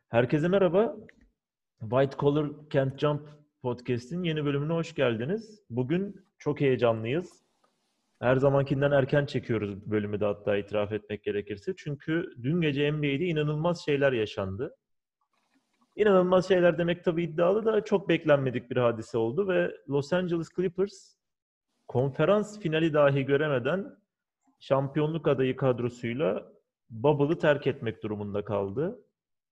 Herkese merhaba. White Collar Can't Jump Podcast'in yeni bölümüne hoş geldiniz. Bugün çok heyecanlıyız. Her zamankinden erken çekiyoruz bölümü de hatta itiraf etmek gerekirse. Çünkü dün gece NBA'de inanılmaz şeyler yaşandı. İnanılmaz şeyler demek tabii iddialı da çok beklenmedik bir hadise oldu ve Los Angeles Clippers konferans finali dahi göremeden şampiyonluk adayı kadrosuyla Bubble'ı terk etmek durumunda kaldı.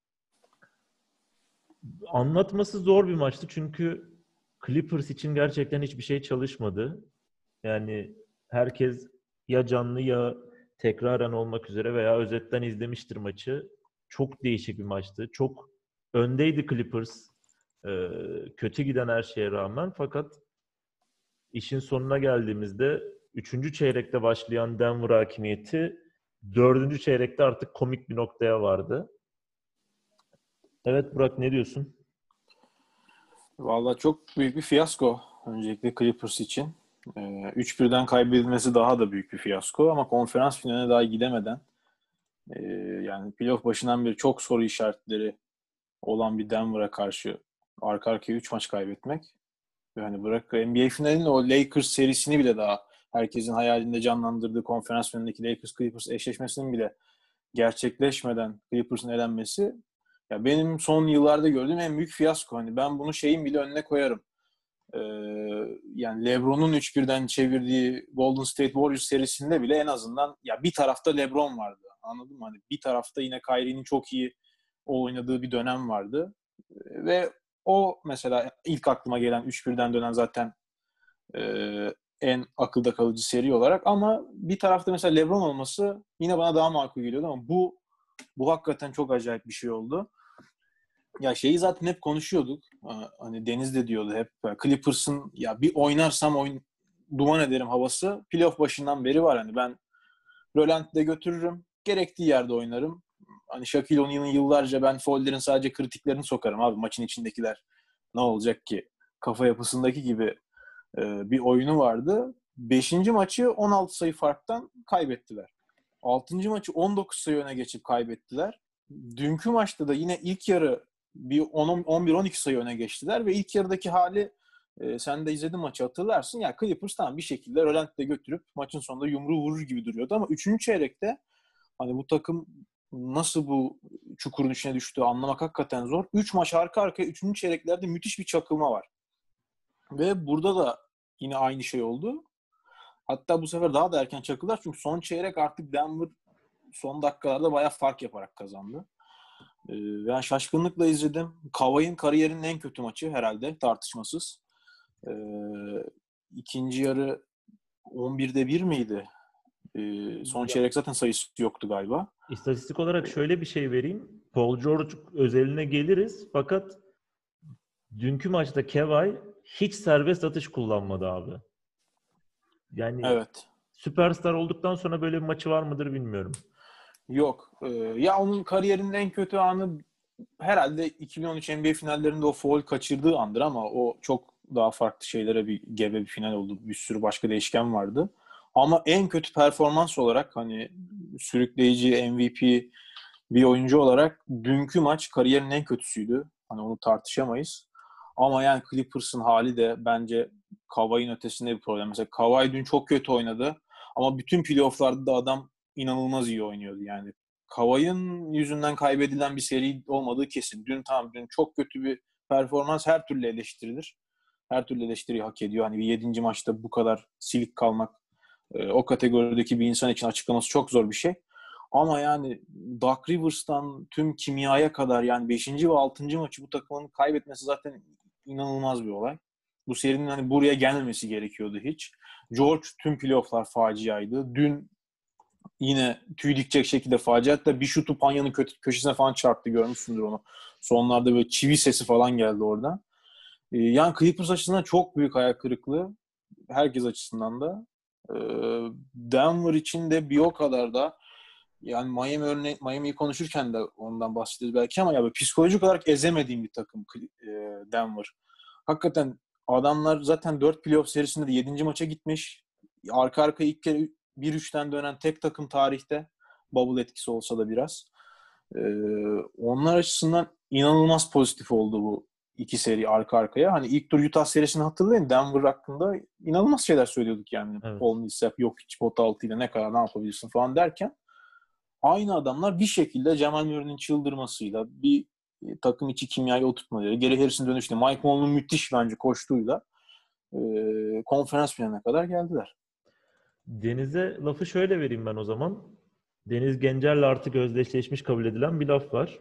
Anlatması zor bir maçtı çünkü Clippers için gerçekten hiçbir şey çalışmadı. Yani herkes ya canlı ya tekraren olmak üzere veya özetten izlemiştir maçı. Çok değişik bir maçtı. Çok öndeydi Clippers. Kötü giden her şeye rağmen. Fakat işin sonuna geldiğimizde üçüncü çeyrekte başlayan Denver hakimiyeti dördüncü çeyrekte artık komik bir noktaya vardı. Evet Burak, ne diyorsun? Vallahi çok büyük bir fiyasko öncelikle Clippers için. 3-1'den kaybedilmesi daha da büyük bir fiyasko ama konferans finaline daha gidemeden yani playoff başından beri çok soru işaretleri olan bir Denver'a karşı arka arkaya 3 maç kaybetmek. Yani bırak NBA finalinin o Lakers serisini bile daha herkesin hayalinde canlandırdığı konferans finalindeki Lakers-Clippers eşleşmesinin bile gerçekleşmeden Clippers'ın elenmesi ya benim son yıllarda gördüğüm en büyük fiyasko. Hani ben bunu şeyin bile önüne koyarım. Ee, Yani LeBron'un 3-1'den çevirdiği Golden State Warriors serisinde bile en azından ya bir tarafta LeBron vardı. Anladın mı? Hani bir tarafta yine Kyrie'nin çok iyi oynadığı bir dönem vardı. Ve o mesela ilk aklıma gelen 3-1'den dönen zaten e, en akılda kalıcı seri olarak ama bir tarafta mesela LeBron olması yine bana daha makul geliyordu ama bu hakikaten çok acayip bir şey oldu. Ya şeyi zaten hep konuşuyorduk. Hani Deniz de diyordu hep. Clippers'ın ya bir oynarsam duman ederim havası playoff başından beri var. Hani ben Rölanti'de götürürüm. Gerektiği yerde oynarım. Hani Shaquille O'Neal'ın yıllarca ben foul'lerin sadece kritiklerini sokarım abi. Maçın içindekiler ne olacak ki? Kafa yapısındaki gibi bir oyunu vardı. Beşinci maçı 16 sayı farktan kaybettiler. Altıncı maçı 19 sayı öne geçip kaybettiler. Dünkü maçta da yine ilk yarı bir 11-12 sayı öne geçtiler ve ilk yarıdaki hali sen de izledin maçı hatırlarsın. Ya Clippers tamam bir şekilde Rölanti'de götürüp maçın sonunda yumruğu vurur gibi duruyordu ama 3. çeyrekte hani bu takım nasıl bu çukurun içine düştüğü anlamak hakikaten zor. 3 maç arka arkaya 3. çeyreklerde müthiş bir çakılma var. Ve burada da yine aynı şey oldu. Hatta bu sefer daha da erken çakıldılar çünkü son çeyrek artık Denver son dakikalarda bayağı fark yaparak kazandı. Ben şaşkınlıkla izledim. Kawhi'nin kariyerinin en kötü maçı herhalde tartışmasız. Ee, ikinci yarı 11'de 1 miydi? Son çeyrek zaten sayısı yoktu galiba. İstatistik olarak şöyle bir şey vereyim. Paul George özeline geliriz. Fakat dünkü maçta Kawhi hiç serbest atış kullanmadı abi. Yani Evet. süperstar olduktan sonra böyle bir maçı var mıdır bilmiyorum. Yok. Ya onun kariyerinin en kötü anı herhalde 2013 NBA finallerinde o foul kaçırdığı andır ama o çok daha farklı şeylere bir gebe bir final oldu. Bir sürü başka değişken vardı. Ama en kötü performans olarak hani sürükleyici MVP bir oyuncu olarak dünkü maç kariyerin en kötüsüydü. Hani onu tartışamayız. Ama yani Clippers'ın hali de bence Kawhi'nin ötesinde bir problem. Mesela Kawhi dün çok kötü oynadı. Ama bütün playoff'larda da adam inanılmaz iyi oynuyordu. Yani Kawhi'nin yüzünden kaybedilen bir seri olmadığı kesin. Dün çok kötü bir performans her türlü eleştirilir. Her türlü eleştiriyi hak ediyor. Hani bir 7. maçta bu kadar silik kalmak o kategorideki bir insan için açıklaması çok zor bir şey. Ama yani Doc Rivers'tan tüm kimyaya kadar yani 5. ve 6. maçı bu takımın kaybetmesi zaten inanılmaz bir olay. Bu serinin hani buraya gelmemesi gerekiyordu hiç. George tüm playofflar faciaydı. Dün yine tüy dikecek şekilde facia. Hatta bir şutu Panya'nın köşesine falan çarptı, görmüşsündür onu. Sonlarda böyle çivi sesi falan geldi oradan. Yani Clippers açısından çok büyük hayal kırıklığı. Herkes açısından da. Denver için de bir o kadar da yani Miami'yi konuşurken de ondan bahsederiz belki ama ya böyle psikolojik olarak ezemediğim bir takım Denver. Hakikaten adamlar zaten 4 playoff serisinde de 7. maça gitmiş. Arka arkaya ilk kere 1-3'ten dönen tek takım tarihte. Bubble etkisi olsa da biraz. Onlar açısından inanılmaz pozitif oldu bu iki seri arka arkaya. Hani ilk tur Utah serisini hatırlayın. Denver hakkında inanılmaz şeyler söylüyorduk yani. Evet. Paul Millsap yok hiç pot altıyla ne kadar ne yapabilirsin falan derken aynı adamlar bir şekilde Jamal Murray'nin çıldırmasıyla bir takım içi kimyayı oturtmaları, Gary Harris'in dönüşünde, Mike Malone'un müthiş bence koştuğuyla konferans finaline kadar geldiler. Deniz'e lafı şöyle vereyim ben o zaman. Deniz Gencer'le artık özdeşleşmiş kabul edilen bir laf var.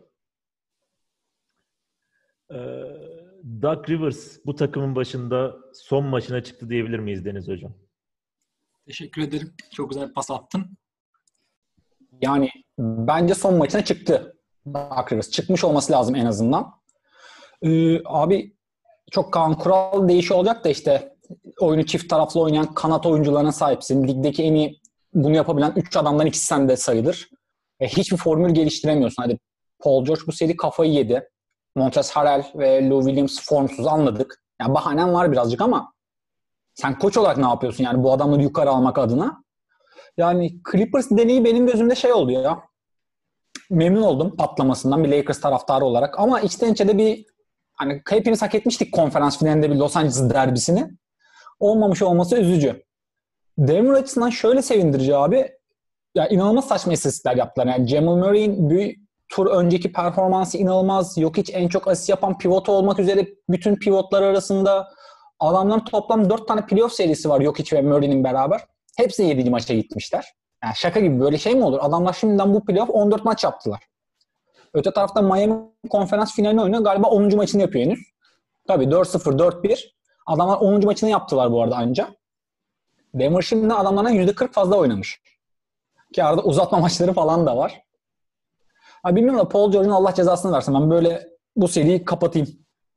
Doug Rivers bu takımın başında son maçına çıktı diyebilir miyiz Deniz Hocam? Teşekkür ederim. Çok güzel pas attın. Yani bence son maçına çıktı. Doug Rivers. Çıkmış olması lazım en azından. Abi çok Kaan kural değişiyor olacak da işte oyunu çift taraflı oynayan kanat oyuncularına sahipsin. Ligdeki en iyi bunu yapabilen 3 adamdan ikisi sende sayılır. Hiçbir formül geliştiremiyorsun. Hadi Paul George bu seri kafayı yedi. Montrezl Harrell ve Lou Williams formsuz anladık. Yani bahanen var birazcık ama sen koç olarak ne yapıyorsun yani bu adamları yukarı almak adına? Yani Clippers deneyi benim gözümde şey oldu ya. Memnun oldum patlamasından bir Lakers taraftarı olarak. Ama içten içe de bir hani hepimiz hak etmiştik konferans finalinde bir Los Angeles derbisini. Olmamış olması üzücü. Denver açısından şöyle sevindirici abi. Ya inanılmaz saçma istatistikler yaptılar. Yani Jamal Murray'in bir tur önceki performansı inanılmaz. Jokic en çok asist yapan pivot olmak üzere bütün pivotlar arasında adamların toplam 4 tane playoff serisi var Jokic ve Murray'nin beraber. Hepsi 7. maça gitmişler. Yani şaka gibi böyle şey mi olur? Adamlar şimdiden bu playoff 14 maç yaptılar. Öte tarafta Miami konferans finalini oynuyor. Galiba 10. maçını yapıyor henüz. Tabii 4-0, 4-1. Adamlar 10. maçını yaptılar bu arada anca. Denver şimdi adamlardan %40 fazla oynamış. Ki arada uzatma maçları falan da var. Ha, bilmiyorum da Paul George'un Allah cezasını versin. Ben böyle bu seriyi kapatayım.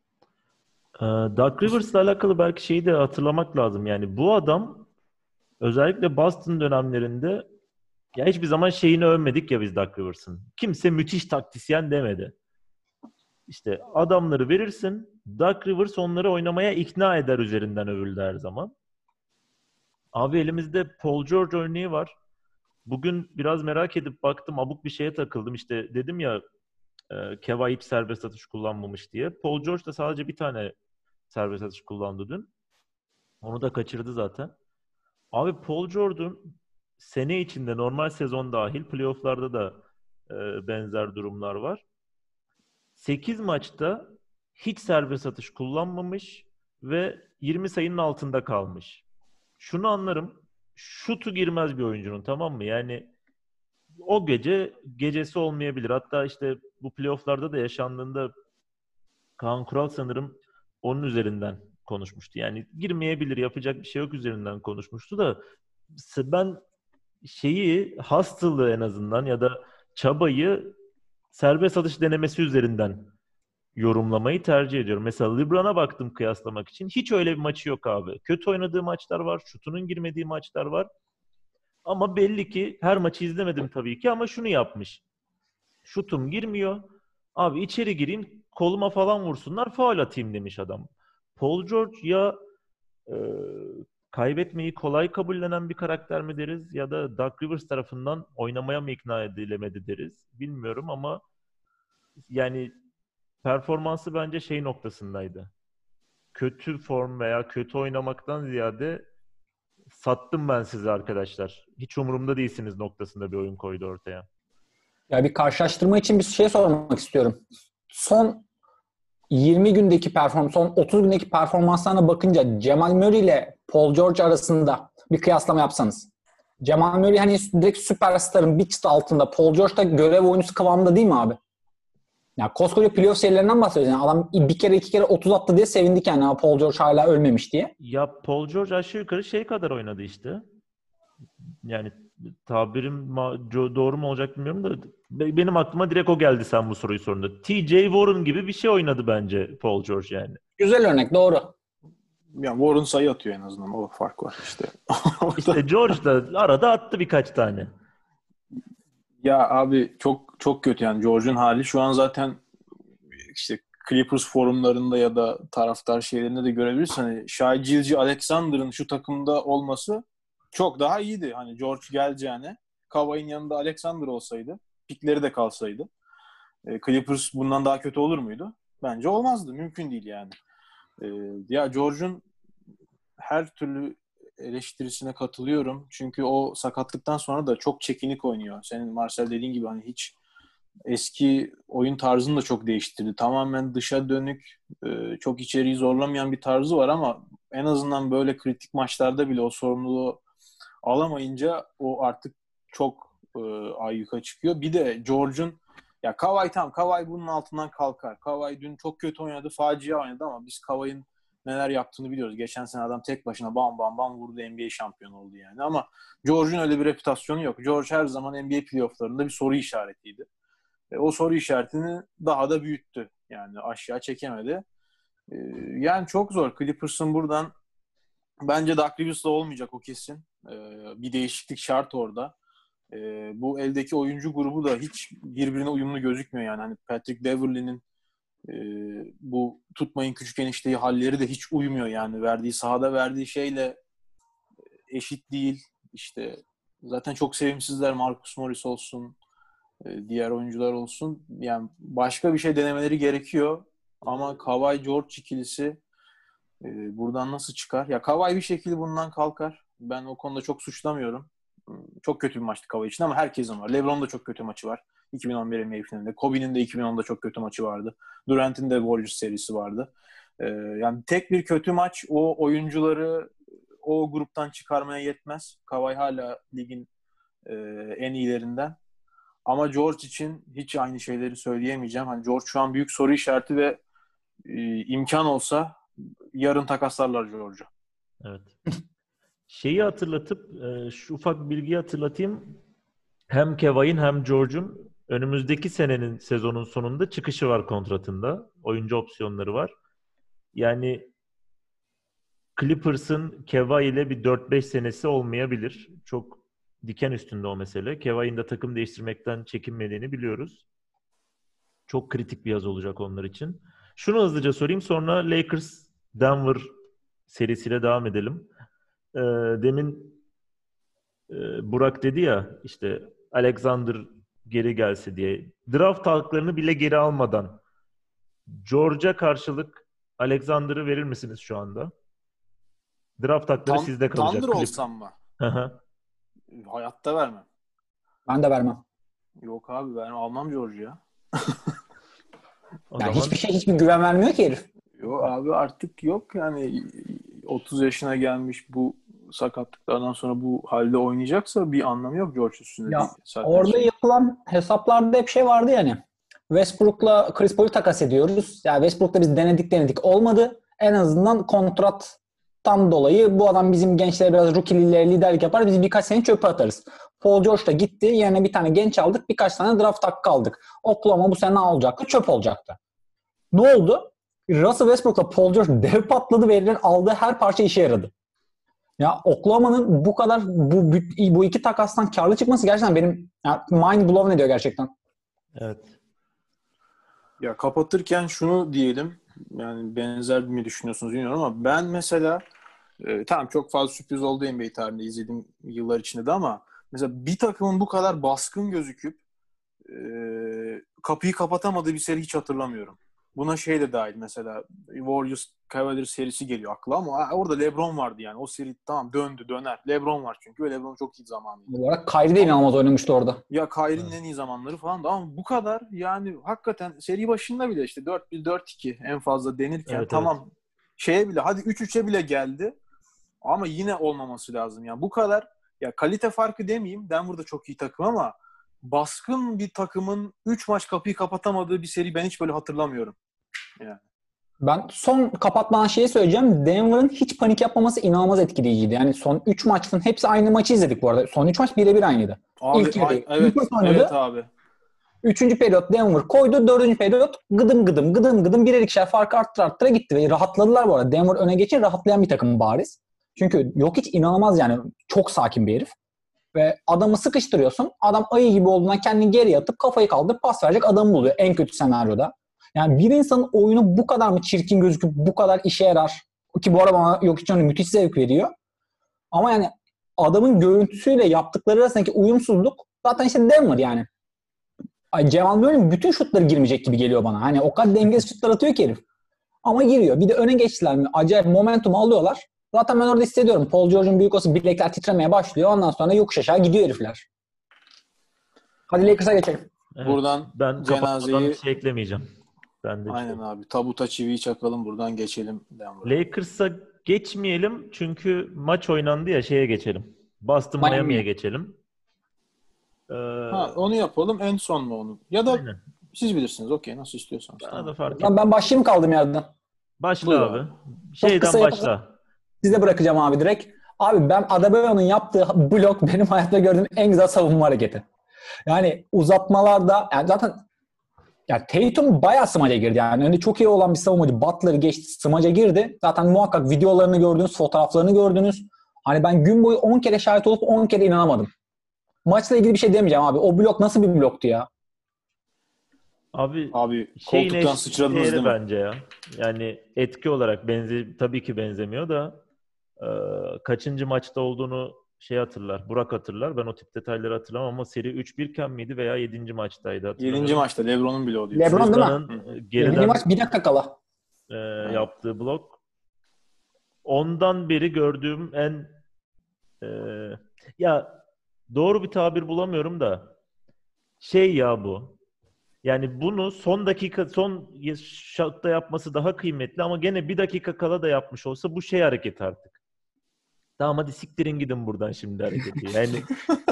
Doug Rivers'la alakalı belki şeyi de hatırlamak lazım. Yani bu adam özellikle Boston dönemlerinde ya hiçbir zaman şeyini övmedik ya biz Doug Rivers'ın. Kimse müthiş taktisyen demedi. İşte adamları verirsin, Doug Rivers onları oynamaya ikna eder üzerinden övüldü her zaman. Abi elimizde Paul George örneği var. Bugün biraz merak edip baktım, abuk bir şeye takıldım. İşte dedim ya Keva hiç serbest atış kullanmamış diye. Paul George da sadece bir tane serbest atış kullandı dün. Onu da kaçırdı zaten. Abi Paul George'un sene içinde normal sezon dahil playoff'larda da benzer durumlar var. 8 maçta hiç serbest atış kullanmamış ve 20 sayının altında kalmış. Şunu anlarım. Şutu girmez bir oyuncunun, tamam mı? Yani o gecesi olmayabilir. Hatta işte bu playoff'larda da yaşandığında Kaan Kural sanırım onun üzerinden konuşmuştu. Yani girmeyebilir, yapacak bir şey yok üzerinden konuşmuştu da ben hastalığı en azından ya da çabayı serbest atış denemesi üzerinden yorumlamayı tercih ediyorum. Mesela LeBron'a baktım kıyaslamak için. Hiç öyle bir maçı yok abi. Kötü oynadığı maçlar var, şutunun girmediği maçlar var. Ama belli ki her maçı izlemedim tabii ki ama şunu yapmış. Şutum girmiyor. Abi içeri gireyim, koluma falan vursunlar, faul atayım demiş adam. Paul George ya e, kaybetmeyi kolay kabullenen bir karakter mi deriz ya da Doug Rivers tarafından oynamaya mı ikna edilemedi deriz. Bilmiyorum ama yani performansı bence şey noktasındaydı. Kötü form veya kötü oynamaktan ziyade sattım ben sizi arkadaşlar, hiç umurumda değilsiniz noktasında bir oyun koydu ortaya. Ya bir karşılaştırma için bir şey sormak istiyorum. Son 20 gündeki son 30 gündeki performanslarına bakınca Jamal Murray ile Paul George arasında bir kıyaslama yapsanız. Jamal Murray hani direkt süperstarın bir çıtı altında. Paul George da görev oyuncusu kıvamında değil mi abi? Ya koskoca playoff serilerinden bahsediyoruz. Yani adam bir kere 2 kere 30 attı diye sevindik yani Paul George hala ölmemiş diye. Ya Paul George aşağı yukarı şey kadar oynadı işte. Yani tabirim doğru mu olacak bilmiyorum da benim aklıma direkt o geldi sen bu soruyu sorduğunda. T.J. Warren gibi bir şey oynadı bence Paul George yani. Güzel örnek, doğru. Yani Warren sayı atıyor en azından. O fark var işte. İşte George da arada attı birkaç tane. Ya abi çok çok kötü yani George'un hali. Şu an zaten işte Clippers forumlarında ya da taraftar şeylerinde de görebilirsin. Hani Shai Gilgeous-Alexander'ın şu takımda olması çok daha iyiydi. Hani George geleceğine Kawhi'nin yanında Alexander olsaydı, pikleri de kalsaydı. Clippers bundan daha kötü olur muydu? Bence olmazdı. Mümkün değil yani. Ya George'un her türlü eleştirisine katılıyorum. Çünkü o sakatlıktan sonra da çok çekinik oynuyor. Senin Marcel dediğin gibi hani hiç eski oyun tarzını da çok değiştirdi. Tamamen dışa dönük, çok içeriği zorlamayan bir tarzı var ama en azından böyle kritik maçlarda bile o sorumluluğu alamayınca o artık çok ayyuka çıkıyor. Bir de George'un ya Kawhi bunun altından kalkar. Kawhi dün çok kötü oynadı, facia oynadı ama biz Kawhi'nin neler yaptığını biliyoruz. Geçen sene adam tek başına bam bam bam vurdu, NBA şampiyonu oldu yani. Ama George'un öyle bir reputasyonu yok. George her zaman NBA playofflarında bir soru işaretiydi. O soru işaretini daha da büyüttü. Yani aşağı çekemedi. Yani çok zor. Clippers'ın buradan bence Doug Rivers'la olmayacak o kesin. Bir değişiklik şart orada. Bu eldeki oyuncu grubu da hiç birbirine uyumlu gözükmüyor yani. Hani Patrick Beverley'nin bu tutmayın küçük enişteyi halleri de hiç uymuyor yani. Sahada verdiği şeyle eşit değil. İşte zaten çok sevimsizler. Marcus Morris olsun, diğer oyuncular olsun. Yani başka bir şey denemeleri gerekiyor. Ama Kawhi George ikilisi buradan nasıl çıkar? Ya Kawhi bir şekilde bundan kalkar. Ben o konuda çok suçlamıyorum. Çok kötü bir maçtı Kawhi için ama herkesin var. LeBron'un da çok kötü maçı var. 2011 NBA finalinde. Kobe'nin de 2010'da çok kötü maçı vardı. Durant'in de Warriors serisi vardı. Yani tek bir kötü maç o oyuncuları o gruptan çıkarmaya yetmez. Kawhi hala ligin en iyilerinden. Ama George için hiç aynı şeyleri söyleyemeyeceğim. Hani George şu an büyük soru işareti ve imkan olsa yarın takaslarlar George'u. Evet. Şeyi hatırlatıp şu ufak bir bilgiyi hatırlatayım. Hem Kawhi'nin hem George'un önümüzdeki senenin sezonun sonunda çıkışı var kontratında. Oyuncu opsiyonları var. Yani Clippers'ın Kawhi ile bir 4-5 senesi olmayabilir. Çok diken üstünde o mesele. Kawhi'nin de takım değiştirmekten çekinmediğini biliyoruz. Çok kritik bir yaz olacak onlar için. Şunu hızlıca sorayım, sonra Lakers-Denver serisiyle devam edelim. Demin Burak dedi ya işte Alexander geri gelse diye. Draft haklarını bile geri almadan George'a karşılık Alexander'ı verir misiniz şu anda? Draft hakları sizde kalacak. Thunder olsam mı? Hayatta vermem. Ben de vermem. Yok abi ben almam George'u ya. Yani hiçbir güven vermiyor ki herif. Yok abi artık yok yani 30 yaşına gelmiş bu sakatlıklardan sonra bu halde oynayacaksa bir anlamı yok George üstünde. Ya, orada yapılan hesaplarda hep şey vardı yani. Westbrook'la Chris Paul'u takas ediyoruz. Yani Westbrook'la biz denedik olmadı. En azından kontrattan dolayı bu adam bizim gençlere biraz rookie'lilere liderlik yapar. Biz birkaç sene çöpe atarız. Paul George da gitti. Yerine bir tane genç aldık. Birkaç tane draft hakkı aldık. Oklahoma bu sene ne olacaktı? Çöp olacaktı. Ne oldu? Russell Westbrook'la Paul George dev patladı ve heriflerin aldığı her parça işe yaradı. Ya Oklahoma'nın bu kadar bu iki takastan karlı çıkması gerçekten benim mind blown ediyor gerçekten. Evet. Ya kapatırken şunu diyelim. Yani benzer mi düşünüyorsunuz bilmiyorum ama ben mesela tamam çok fazla sürpriz oldu NBA tarihinde izlediğim yıllar içinde de ama mesela bir takımın bu kadar baskın gözüküp kapıyı kapatamadığı bir seri hiç hatırlamıyorum. Buna şey de dahil mesela Warriors Cavaliers serisi geliyor akla ama orada LeBron vardı yani. O seri tamam döner. LeBron var çünkü ve LeBron çok iyi zamanıydı. Bu arada Kyrie de inanılmaz oynamıştı orada. Ya Kyrie'nin en iyi zamanları falan da ama bu kadar yani hakikaten seri başında bile işte 4-1, 4-2 en fazla denirken evet, tamam evet. Şeye bile hadi 3-3'e bile geldi ama yine olmaması lazım. Yani bu kadar ya kalite farkı demeyeyim. Denver'da çok iyi takım ama baskın bir takımın 3 maç kapıyı kapatamadığı bir seri ben hiç böyle hatırlamıyorum. Yani. Ben son kapatmadan şeyi söyleyeceğim. Denver'ın hiç panik yapmaması inanılmaz etkileyiciydi. Yani son 3 maçın hepsi aynı maçı izledik bu arada. Son 3 maç birebir aynıydı. Abi, evet abi. 3. periyot Denver koydu. 4. periyot gıdım birer ikişer farkı arttıra gitti. Ve rahatladılar bu arada. Denver öne geçince rahatlayan bir takım bariz. Çünkü yok hiç inanılmaz yani. Çok sakin bir herif. Ve adamı sıkıştırıyorsun. Adam ayı gibi olduğundan kendini geriye atıp kafayı kaldırıp pas verecek adamı buluyor. En kötü senaryoda. Yani bir insanın oyunu bu kadar mı çirkin gözüküp bu kadar işe yarar? Ki bu arada bana yok hiç müthiş zevk veriyor. Ama yani adamın görüntüsüyle yaptıkları arasındaki uyumsuzluk zaten işte Denver yani. Ay, Jamal Murray'nin bütün şutları girmeyecek gibi geliyor bana. Hani o kadar dengesiz şutlar atıyor ki herif. Ama giriyor. Bir de öne geçtiler mi? Acayip momentum alıyorlar. Zaten ben orada hissediyorum. Paul George'un büyük olsa bilekler titremeye başlıyor. Ondan sonra yokuş aşağı gidiyor herifler. Hadi Lakers'a geçelim. Evet, Buradan ben cenazeyi... kapatmadan bir şey eklemeyeceğim. Ben de Aynen abi. Tabuta çiviyi çakalım. Buradan geçelim. Lakers'a geçmeyelim çünkü maç oynandı ya, şeye geçelim. Boston Miami'ye. Miami'ye geçelim. Onu yapalım. En son mu onu? Ya da Aynen. siz bilirsiniz. Okey. Nasıl istiyorsanız. Bana Tamam. da fark Lan etmez. ben başlayayım kaldığım yerden. Başla Buyur abi. abi. Şeyden kısa başla. Size bırakacağım abi direkt. Abi ben Adebayo'nun yaptığı blok benim hayatta gördüğüm en güzel savunma hareketi. Yani uzatmalarda yani zaten ya Tatum bayağı smaca girdi yani. Önde çok iyi olan bir savunmacı. Butler'ı geçti, smaca girdi. Zaten muhakkak videolarını gördünüz, fotoğraflarını gördünüz. Hani ben gün boyu 10 kere şahit olup 10 kere inanamadım. Maçla ilgili bir şey demeyeceğim abi. O blok nasıl bir bloktu ya? Abi Koltuktan eşit sıçradınız değeri değil mi? bence ya. Yani etki olarak tabii ki benzemiyor da kaçıncı maçta olduğunu hatırlar. Burak hatırlar. Ben o tip detayları hatırlamam ama seri 3-1 iken miydi veya 7. maçtaydı hatırlamıyorum. 7. maçta LeBron'un bile oluyor. LeBron değil mi? Kuzma'nın 7. geriden maç bir dakika kala. yaptığı blok. Ondan beri gördüğüm en ya doğru bir tabir bulamıyorum da ya bu. Yani bunu son şatta yapması daha kıymetli ama gene bir dakika kala da yapmış olsa bu hareketi artık. Tamam hadi siktirin gidin buradan şimdi hareketi. Yani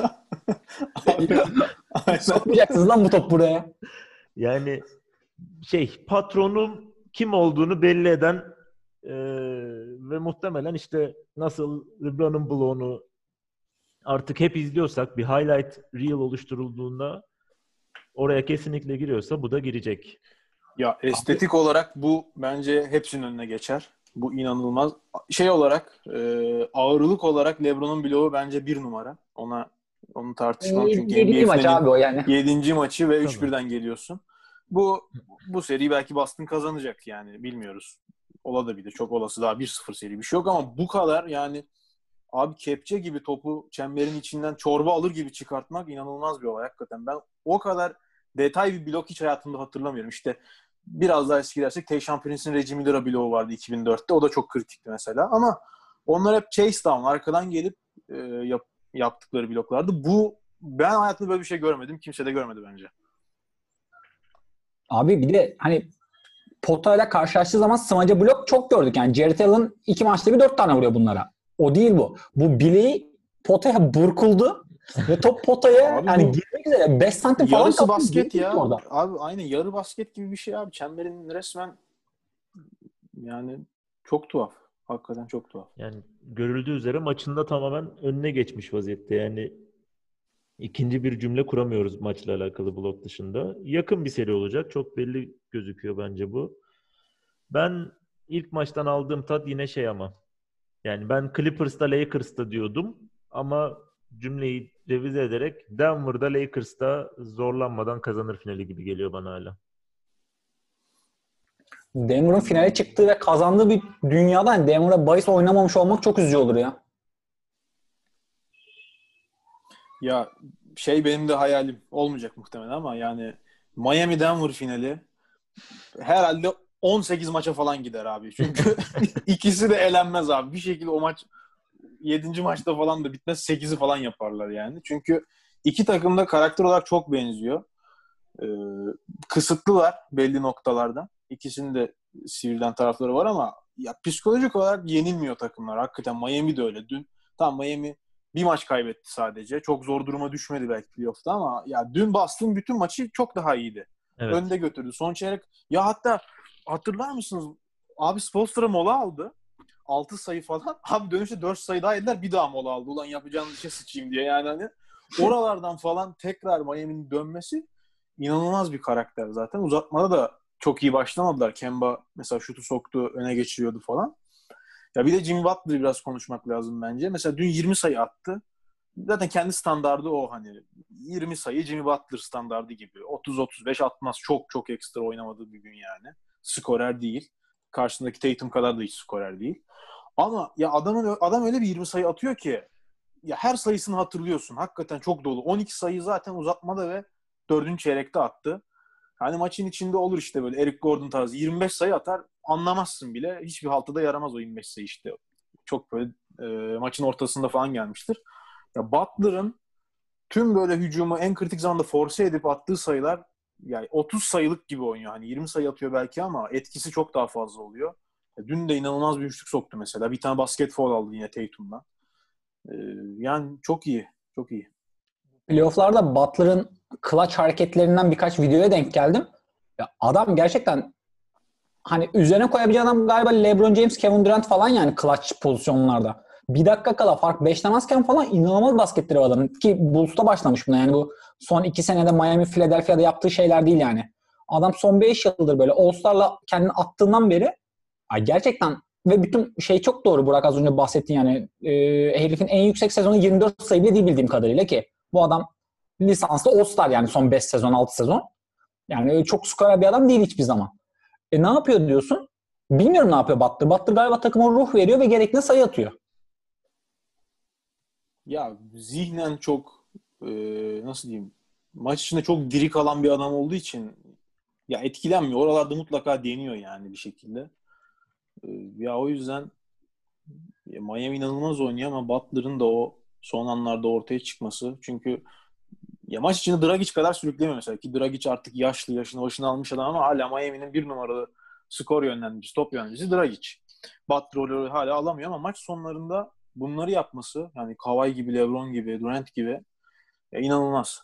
Sokmayacaksınız lan bu top buraya. yani patronun kim olduğunu belli eden ve muhtemelen işte nasıl LeBron'un bloğunu artık hep izliyorsak bir highlight reel oluşturulduğunda oraya kesinlikle giriyorsa bu da girecek. Ya estetik olarak bu bence hepsinin önüne geçer. Bu inanılmaz. Olarak ağırlık olarak LeBron'un bloğu bence 1 numara. Onu tartışmam çünkü 7. maç abi o yani. 7. maçı ve Tabii. 3-1'den geliyorsun. Bu seri belki Boston kazanacak yani bilmiyoruz. Olabilir. Çok olası daha 1-0 seri bir şey yok ama bu kadar yani abi kepçe gibi topu çemberin içinden çorba alır gibi çıkartmak inanılmaz bir olay hakikaten. Ben o kadar detay bir blok hiç hayatımda hatırlamıyorum. İşte biraz daha eski gidersek Tayshaun Prince'in Reggie Miller'a bloğu vardı 2004'te. O da çok kritikti mesela. Ama onlar hep chase down, arkadan gelip yaptıkları bloklardı. Ben hayatımda böyle bir şey görmedim. Kimse de görmedi bence. Abi bir de hani potayla karşılaştığı zaman smaca blok çok gördük. Yani Jared Allen 2 maçta bir 4 tane vuruyor bunlara. O değil bu. Bu bileği potaya burkuldu ve top potaya Abi yani girmek üzere 5 santim falan yarısı kaldı. basket ya. Orada. Abi aynen yarı basket gibi bir şey abi. Çemberin resmen yani çok tuhaf. Hakikaten çok tuhaf. Yani görüldüğü üzere maçında tamamen önüne geçmiş vaziyette. Yani ikinci bir cümle kuramıyoruz maçla alakalı blok dışında. Yakın bir seri olacak. Çok belli gözüküyor bence bu. Ben ilk maçtan aldığım tat yine ama. Yani ben Clippers'ta Lakers'ta diyordum ama cümleyi revize ederek Denver'da Lakers'ta zorlanmadan kazanır finali gibi geliyor bana hala. Denver'ın finale çıktığı ve kazandığı bir dünyada hani Denver'a bahis oynamamış olmak çok üzücü olur ya. Ya benim de hayalim olmayacak muhtemelen ama yani Miami Denver finali herhalde 18 maça falan gider abi. Çünkü ikisi de elenmez abi. Bir şekilde o maç 7. maçta falan da bitmez 8'i falan yaparlar yani. Çünkü iki takım da karakter olarak çok benziyor. Kısıtlılar belli noktalarda. İkisinin de sivrilen tarafları var ama ya psikolojik olarak yenilmiyor takımlar. Hakikaten Miami de öyle. Dün Miami bir maç kaybetti sadece. Çok zor duruma düşmedi belki playoff'ta ama ya dün Boston bütün maçı çok daha iyiydi. Evet. Önde götürdü. Son çeyrek ya hatta hatırlar mısınız? Abi Spoelstra mola aldı. 6 sayı falan. Abi dönüşte 4 sayı daha yediler. Bir daha mola aldı. Ulan yapacağınız işe sıçayım diye. Yani hani oralardan falan tekrar Miami'nin dönmesi inanılmaz bir karakter zaten. Uzatmada da çok iyi başlamadılar. Kemba mesela şutu soktu, öne geçiriyordu falan. Ya bir de Jimmy Butler'ı biraz konuşmak lazım bence. Mesela dün 20 sayı attı. Zaten kendi standardı o hani 20 sayı Jimmy Butler standardı gibi. 30-35 atmaz. Çok çok ekstra oynamadığı bir gün yani. Skorer değil. Karşısındaki Tatum kadar da hiç skorer değil. Ama ya adam öyle bir 20 sayı atıyor ki ya her sayısını hatırlıyorsun. Hakikaten çok dolu. 12 sayı zaten uzatmada ve dördüncü çeyrekte attı. Hani maçın içinde olur işte böyle Eric Gordon tarzı 25 sayı atar, anlamazsın bile. Hiçbir halta da yaramaz o 25 sayı işte. Çok böyle maçın ortasında falan gelmiştir. Ya Butler'ın tüm böyle hücumu en kritik zamanda force edip attığı sayılar yani 30 sayılık gibi oynuyor. Hani 20 sayı atıyor belki ama etkisi çok daha fazla oluyor. Dün de inanılmaz bir üçlük soktu mesela. Bir tane basket foul aldı yine Tatum'dan. Yani çok iyi. Çok iyi. Playoff'larda Butler'ın clutch hareketlerinden birkaç videoya denk geldim. Ya adam gerçekten hani üzerine koyabileceği adam galiba LeBron James, Kevin Durant falan yani clutch pozisyonlarda. Bir dakika kala fark 5'ten azken falan inanılmaz basketleri var adamın. Ki Bulls'ta başlamış buna yani bu son 2 senede Miami, Philadelphia'da yaptığı şeyler değil yani. Adam son 5 yıldır böyle All-Star'la kendini attığından beri gerçekten ve bütün şey çok doğru Burak az önce bahsettin yani herifin en yüksek sezonu 24 sayı bile değil bildiğim kadarıyla ki bu adam lisanslı All-Star yani son 5 sezon 6 sezon. Yani çok skorer bir adam değil hiçbir zaman. Ne yapıyor diyorsun? Bilmiyorum ne yapıyor Butler. Butler galiba takıma ruh veriyor ve gerekli sayı atıyor. Ya zihnen çok nasıl diyeyim, maç içinde çok diri kalan bir adam olduğu için ya etkilenmiyor. Oralarda mutlaka deniyor yani bir şekilde. Ya o yüzden Miami inanılmaz oynuyor ama Butler'ın da o son anlarda ortaya çıkması. Çünkü ya maç içinde Dragic kadar sürüklemiyor mesela ki Dragic artık yaşlı, yaşını başına almış adam ama hala Miami'nin bir numaralı skor yönlendiricisi, top yönlendiricisi Dragic. Butler rolü hala alamıyor ama maç sonlarında bunları yapması yani Kawhi gibi, LeBron gibi, Durant gibi inanılmaz.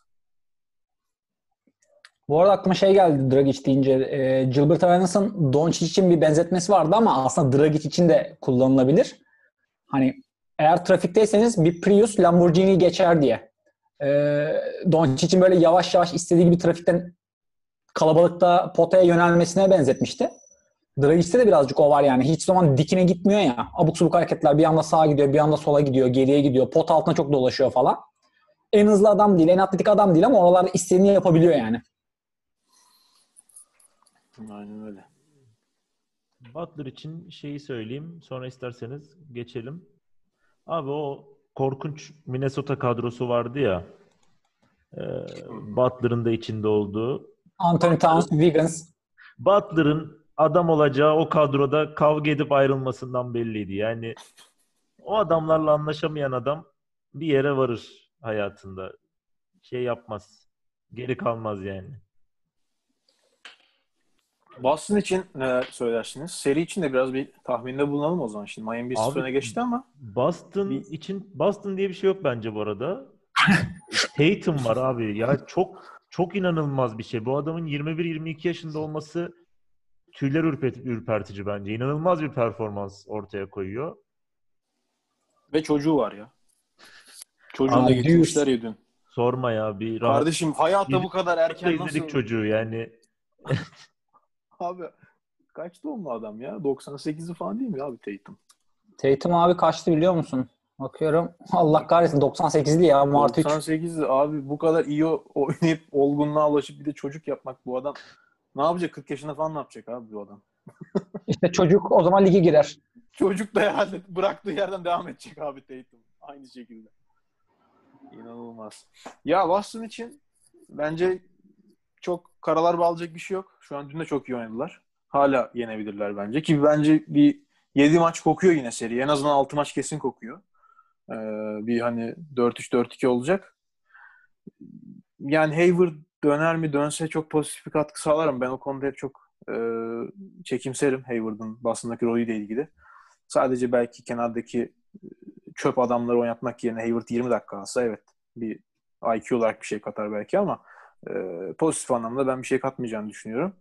Bu arada aklıma şey geldi Dragic deyince. Gilbert Arenas'ın Doncic için bir benzetmesi vardı ama aslında Dragic için de kullanılabilir. Hani eğer trafikteyseniz bir Prius Lamborghini geçer diye. Doncic'in böyle yavaş yavaş istediği gibi trafikten kalabalıkta potaya yönelmesine benzetmişti. Dragic'te de birazcık o var yani. Hiç zaman dikine gitmiyor ya. Abuk subuk hareketler. Bir anda sağa gidiyor, bir anda sola gidiyor, geriye gidiyor. Pot altına çok dolaşıyor falan. En hızlı adam değil, en atletik adam değil ama oralarda istediğini yapabiliyor yani. Aynen öyle. Butler için şeyi söyleyeyim. Sonra isterseniz geçelim. Abi o korkunç Minnesota kadrosu vardı ya. Butler'ın da içinde olduğu. Anthony Towns, Wiggins. Butler'ın adam olacağı o kadroda kavga edip ayrılmasından belliydi. Yani o adamlarla anlaşamayan adam bir yere varır hayatında. Şey yapmaz. Geri kalmaz yani. Boston için neler söylersiniz? Seri için de biraz bir tahminde bulunalım o zaman. Şimdi Miami 1-0 öne geçti ama Boston için Boston diye bir şey yok bence bu arada. Tatum var abi. Ya çok inanılmaz bir şey. Bu adamın 21-22 yaşında olması tüyler ürpertici bence. İnanılmaz bir performans ortaya koyuyor. ve çocuğu var ya. Çocuğunu da getirmişler ya dün. Sorma ya bir rahat. Kardeşim hayatta bu kadar erken izledik nasıl? çocuğu yani. Abi kaç doğumlu adam ya? 98'i falan değil mi abi Tatum? Tatum abi kaçtı biliyor musun? Bakıyorum. Allah kahretsin 98'li ya. Mart 3. 98'i abi, bu kadar iyi oynayıp olgunluğa ulaşıp bir de çocuk yapmak, bu adam ne yapacak? 40 yaşında falan ne yapacak abi bu adam? İşte çocuk o zaman lige girer. Çocuk da herhalde bıraktığı yerden devam edecek abi Tatum. Aynı şekilde. İnanılmaz. Ya Boston için bence çok karalar bağlayacak bir şey yok. Şu an dün de çok iyi oynadılar. Hala yenebilirler bence. Ki bence bir 7 maç kokuyor yine seri. En azından 6 maç kesin kokuyor. Bir hani 4-3, 4-2 olacak. Yani Hayward döner mi? Dönse çok pozitif bir katkı sağlarım. Ben o konuda hep çok çekimserim Hayward'ın Boston'daki rolüyle ilgili. Sadece belki kenardaki çöp adamları oynatmak yerine Hayward 20 dakika alsa evet bir IQ olarak bir şey katar belki ama pozitif anlamda ben bir şey katmayacağını düşünüyorum.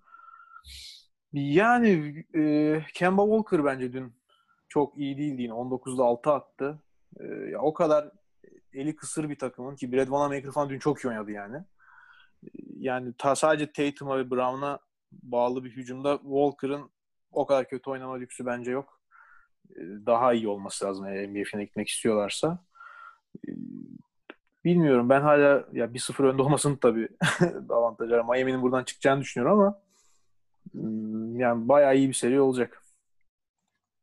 Yani Kemba Walker bence dün çok iyi değildi yine. 19'da 6 attı. Ya o kadar eli kısır bir takımın ki Brad Wanamaker falan dün çok iyi oynadı yani. Yani sadece Tatum'a ve Brown'a bağlı bir hücumda Walker'ın o kadar kötü oynama lüksü bence yok. Daha iyi olması lazım eğer NBA finaline gitmek istiyorlarsa. Bilmiyorum. Ben hala ya 1-0 önde olmasının tabii avantajları. Miami'nin buradan çıkacağını düşünüyorum ama yani bayağı iyi bir seri olacak.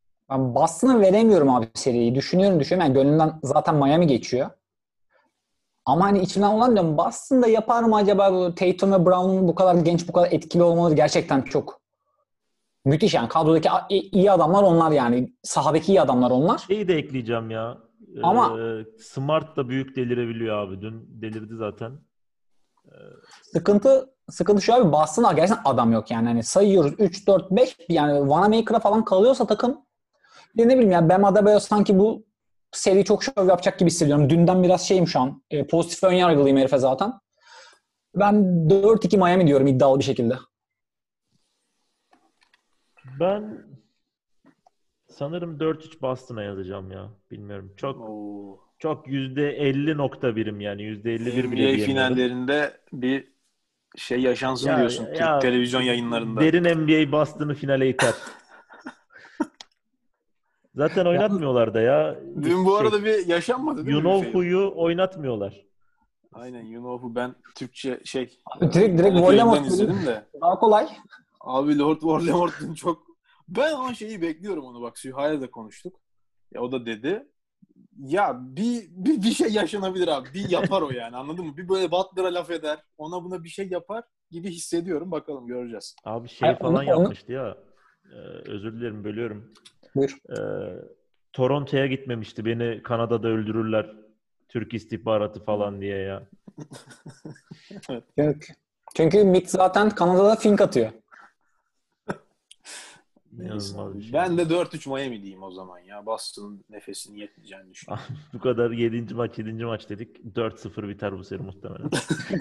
Ben Boston'a veremiyorum abi seriyi. Düşünüyorum. Yani gönlümden zaten Miami geçiyor. Ama hani içimden olan diyorum Boston'da yapar mı acaba bu Tatum ve Brown'un bu kadar genç, bu kadar etkili olmaları gerçekten çok müthiş yani. Kadrodaki iyi adamlar onlar yani. Sahadaki iyi adamlar onlar. Şeyi de ekleyeceğim ya. Ama Smart da büyük delirebiliyor abi. Dün delirdi zaten. sıkıntı şu abi, Boston'da gerçekten adam yok yani. Hani sayıyoruz 3 4 5 yani Wanamaker'a falan kalıyorsa takım, ne bileyim ya, Bam Adebayo sanki bu seri çok şov yapacak gibi hissediyorum. Dünden biraz şeyim şu an. Pozitif ön yargılıyım herife zaten. Ben 4-2 Miami diyorum iddialı bir şekilde. Ben sanırım 4-3 Boston'a yazacağım ya. Bilmiyorum. Çok %50.1'im yani. %51 bile NBA diyemiyorum. finallerinde bir şey yaşansın diyorsun. Türk televizyon yayınlarında. Derin NBA Boston'ı finale iter. Zaten oynatmıyorlar da ya. Dün bu arada bir yaşanmadı değil mi? Yunofu'yu oynatmıyorlar. Aynen, Yunofu ben Türkçe Direkt Voldemort izledim de. Daha kolay. Abi Lord Voldemort'un çok... Ben o şeyi bekliyorum onu, bak Süha'yla da konuştuk. Ya o da dedi. Ya bir şey yaşanabilir abi. Bir yapar o yani, anladın mı? Bir böyle Butler'a laf eder. Ona buna bir şey yapar gibi hissediyorum. Bakalım, göreceğiz. Abi falan yapmıştı ya. Özür dilerim, bölüyorum. Buyur. Toronto'ya gitmemişti. Beni Kanada'da öldürürler. Türk istihbaratı falan diye ya. Çünkü Mick zaten Kanada'da fink atıyor. Ben de 4-3 Miami diyeyim o zaman ya. Boston'ın nefesini yetmeyeceğini düşünüyorum. Bu kadar 7. maç dedik. 4-0 biter bu seri muhtemelen.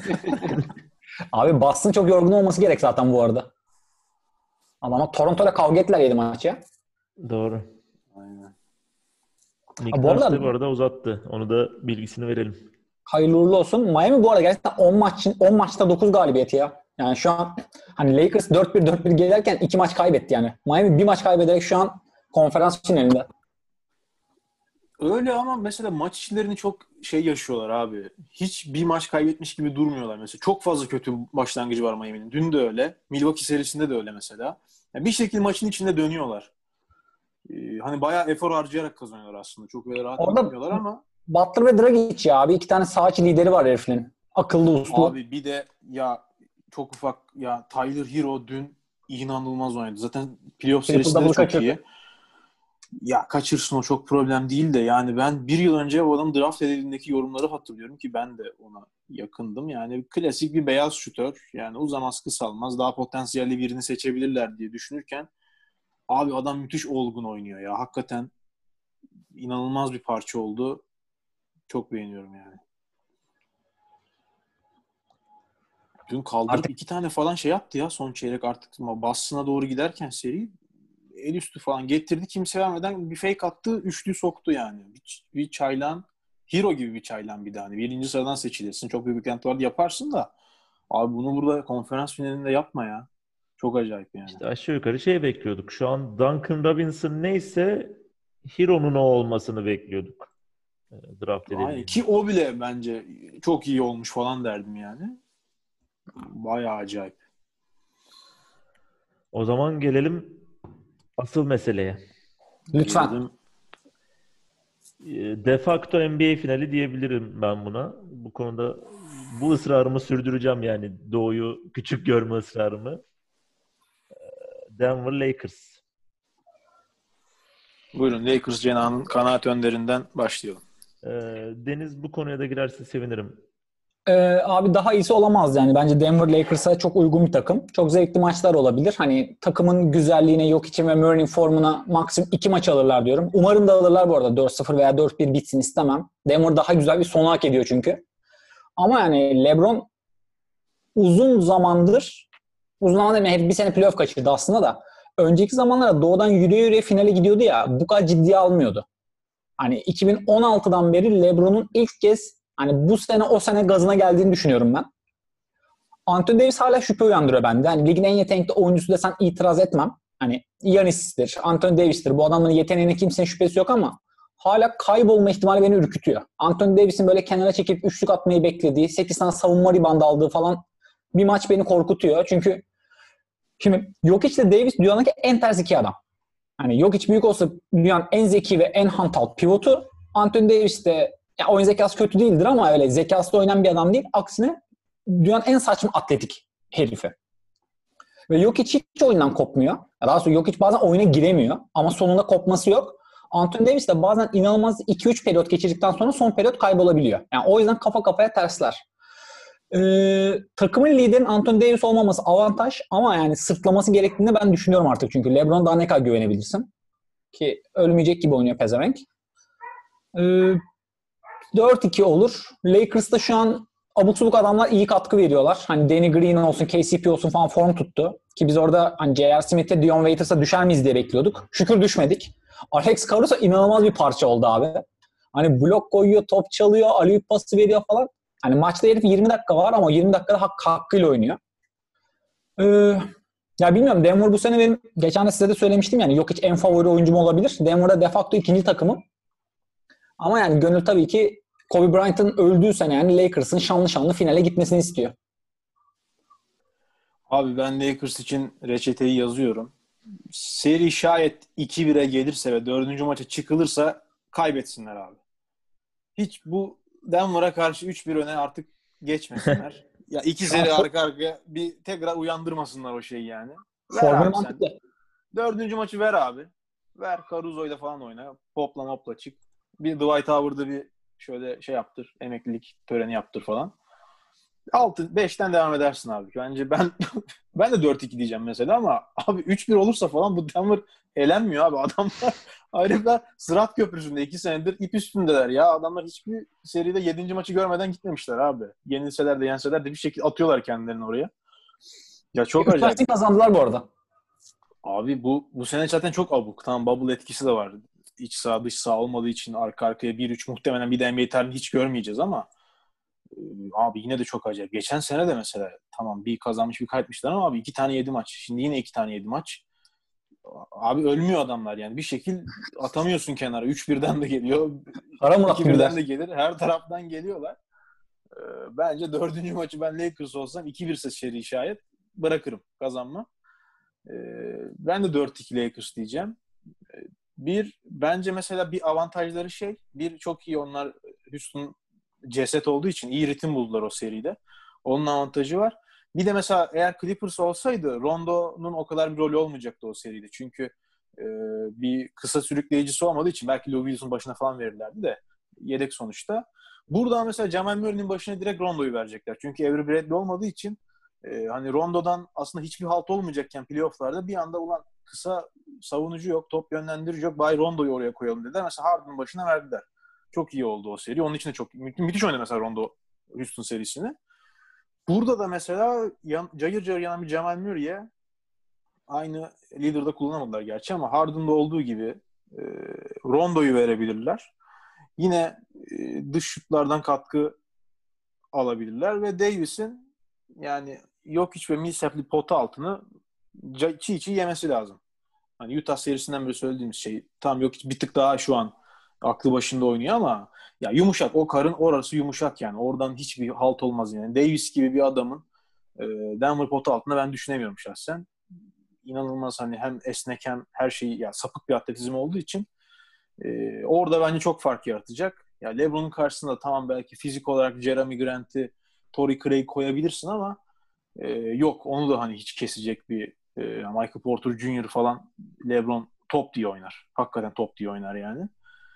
Abi Boston çok yorgun olması gerek zaten bu arada. Ama Toronto'da kavga ettiler 7 maç ya. Doğru. Aynen. Nick Nurse de bu arada uzattı. Onu da bilgisini verelim. Hayırlı uğurlu olsun. Miami bu arada gerçekten 10 maçta 9 galibiyeti ya. Yani şu an hani Lakers 4-1 gelirken 2 maç kaybetti yani. Miami bir maç kaybederek şu an konferans finalinde. Öyle ama mesela maç içlerini çok yaşıyorlar abi. Hiç bir maç kaybetmiş gibi durmuyorlar mesela. Çok fazla kötü başlangıcı var Miami'nin. Dün de öyle. Milwaukee serisinde de öyle mesela. Yani bir şekilde maçın içinde dönüyorlar. Hani bayağı efor harcayarak kazanıyorlar aslında. Çok öyle rahat gitmiyorlar ama. Butler ve Dragic ya abi. 2 tane sağ içi lideri var heriflerin. Akıllı uslu. Abi bir de ya çok ufak ya, Tyler Hero dün inanılmaz oynadı. Zaten playoff serisinde de çok iyi. Ya kaçırsın, o çok problem değil de yani ben bir yıl önce o adamın draft edildiğindeki yorumları hatırlıyorum ki ben de ona yakındım. Yani klasik bir beyaz şutör. Yani uzamaz kısalmaz, daha potansiyelli birini seçebilirler diye düşünürken abi adam müthiş olgun oynuyor ya. Hakikaten inanılmaz bir parça oldu. Çok beğeniyorum yani. Dün kaldırıp 2 tane falan yaptı ya son çeyrek, artık Boston'a doğru giderken seri el üstü falan getirdi. Kimse vermeden bir fake attı. Üçlü soktu yani. Bir çaylan, hero gibi bir çaylan bir de hani. 1. sıradan seçilirsin. Çok büyük beklenti vardı, yaparsın da abi bunu burada konferans finalinde yapma ya. Çok acayip yani. İşte aşağı yukarı bekliyorduk. Şu an Duncan Robinson neyse Hero'nun o olmasını bekliyorduk. Draft edildiğinde. Ki o bile bence çok iyi olmuş falan derdim yani. Bayağı acayip. O zaman gelelim asıl meseleye. Lütfen. De facto NBA finali diyebilirim ben buna. Bu konuda bu ısrarımı sürdüreceğim yani. Doğu'yu küçük görme ısrarımı. Denver Lakers. Buyurun, Lakers cenahının kanaat önderinden başlayalım. Deniz bu konuya da girerse sevinirim. Abi daha iyisi olamaz yani. Bence Denver Lakers'a çok uygun bir takım. Çok zevkli maçlar olabilir. Hani takımın güzelliğine, yok için ve Murray'in formuna maksimum 2 maç alırlar diyorum. Umarım da alırlar bu arada. 4-0 veya 4-1 bitsin istemem. Denver daha güzel bir son hak ediyor çünkü. Ama yani LeBron uzun zamandır bir sene playoff kaçırdı aslında da. Önceki zamanlarda doğudan yürüye finale gidiyordu ya, bu kadar ciddiye almıyordu. Hani 2016'dan beri LeBron'un ilk kez hani bu sene o sene gazına geldiğini düşünüyorum ben. Anthony Davis hala şüphe uyandırıyor bende. Yani ligin en yetenekli oyuncusu desen itiraz etmem. Hani Giannis'tir, Anthony Davis'tir. Bu adamların yeteneğine kimsenin şüphesi yok ama hala kaybolma ihtimali beni ürkütüyor. Anthony Davis'in böyle kenara çekip üçlük atmayı beklediği, 8 tane savunma rebound aldığı falan bir maç beni korkutuyor. Çünkü şimdi Jokic ile Davis dünyadaki en ters iki adam. Hani Jokic büyük olsa dünyanın en zeki ve en hantal pivotu. Anthony Davis de ya oyun zekası kötü değildir ama öyle zekası da oynayan bir adam değil. Aksine dünyanın en saçma atletik herifi. Ve Jokic hiç oyundan kopmuyor. Daha sonra Jokic bazen oyuna giremiyor ama sonunda kopması yok. Anthony Davis de bazen inanılmaz 2-3 periyot geçirdikten sonra son periyot kaybolabiliyor. Yani o yüzden kafa kafaya tersler. Takımın liderin Anthony Davis olmaması avantaj ama yani sırtlaması gerektiğini ben düşünüyorum artık çünkü LeBron'a daha ne kadar güvenebilirsin? Ki ölmeyecek gibi oynuyor pezevenk. 4-2 olur. Lakers'ta şu an abuk subuk adamlar iyi katkı veriyorlar. Hani Danny Green olsun, KCP olsun falan form tuttu. Ki biz orada hani J.R. Smith'e, Dion Waiters'a düşer miyiz diye bekliyorduk. Şükür düşmedik. Alex Caruso inanılmaz bir parça oldu abi. Hani blok koyuyor, top çalıyor, alley-oop pası veriyor falan. Hani maçta herif 20 dakika var ama 20 dakikada hakkıyla oynuyor. Ya bilmiyorum, Denver bu sene benim geçen de size de söylemiştim yani Jokic en favori oyuncum olabilir. Denver'da de facto ikinci takımım. Ama yani gönül tabii ki Kobe Bryant'ın öldüğü sene yani Lakers'ın şanlı şanlı finale gitmesini istiyor. Abi ben Lakers için reçeteyi yazıyorum. Seri şayet 2-1'e gelirse ve 4. maça çıkılırsa kaybetsinler abi. Hiç bu Denver'a karşı 3-1 öne artık geçmesinler. Ya iki seri arka arkaya bir tekrar uyandırmasınlar o şeyi yani. Ver Formül abi sen. mantıklı. 4. maçı ver abi. Ver Caruso'yla falan oyna. Popla mopla çık. Bir Dwight Howard'ı bir şöyle şey yaptır. Emeklilik töreni yaptır falan. 5'ten devam edersin abi. Bence ben de 4-2 diyeceğim mesela ama abi 3-1 olursa falan bu Denver elenmiyor abi. Adamlar ayrıca Sırat Köprüsü'nde 2 senedir ip üstündeler ya. Adamlar hiçbir seride 7. maçı görmeden gitmemişler abi. Yenilseler de yenseler de bir şekilde atıyorlar kendilerini oraya. Ya çok acayip. Kazandılar bu arada. Abi bu sene zaten çok abuk. Tamam, bubble etkisi de var. İç sağ dış sağ olmadığı için arka arkaya 1-3 muhtemelen bir de NBA tarihini hiç görmeyeceğiz ama abi yine de çok acayip. Geçen sene de mesela tamam bir kazanmış bir kaybetmişler ama abi 2 tane 7 maç. Şimdi yine 2 tane 7 maç. Abi ölmüyor adamlar yani. Bir şekil atamıyorsun kenara. 3-1'den de geliyor. Ara mı 2-1'den de gelir. Her taraftan geliyorlar. Bence 4. maçı ben Lakers olsam 2-1 seri şayet bırakırım kazanma. Ben de 4-2 Lakers diyeceğim. Bence mesela bir avantajları çok iyi onlar Houston ceset olduğu için iyi ritim buldular o seride. Onun avantajı var. Bir de mesela eğer Clippers olsaydı Rondo'nun o kadar bir rolü olmayacaktı o seride. Çünkü bir kısa sürükleyicisi olmadığı için belki Lou Williams'ın başına falan verirlerdi de yedek sonuçta. Burada mesela Jamal Murray'nin başına direkt Rondo'yu verecekler. Çünkü Avery Bradley olmadığı için hani Rondo'dan aslında hiçbir halt olmayacakken playoff'larda bir anda ulan kısa savunucu yok, top yönlendirici yok. Bay Rondo'yu oraya koyalım dediler. Mesela Harden'ın başına verdiler. Çok iyi oldu o seri. Onun için de çok müthiş oynadı mesela Rondo Houston serisini. Burada da mesela cayır cayır yanan bir Jamal Murray'e aynı Leader'da kullanamadılar gerçi ama Harden'da olduğu gibi Rondo'yu verebilirler. Yine dış şutlardan katkı alabilirler ve Davis'in yani Jokic ve Millsap'li pota altını çiğ çiğ yemesi lazım. Hani Utah serisinden beri söylediğimiz şey. Tam Jokic bir tık daha şu an aklı başında oynuyor ama ya yumuşak. O karın orası yumuşak yani. Oradan hiçbir halt olmaz yani. Davis gibi bir adamın Denver pota altında ben düşünemiyorum şahsen. İnanılmaz hani hem esnek hem her şeyi ya sapık bir atletizm olduğu için orada bence çok fark yaratacak. Ya LeBron'un karşısında tamam belki fizik olarak Jeremy Grant'i, Torrey Craig'i koyabilirsin ama yok onu da hani hiç kesecek bir Michael Porter Jr. falan LeBron top diye oynar. Hakikaten top diye oynar yani.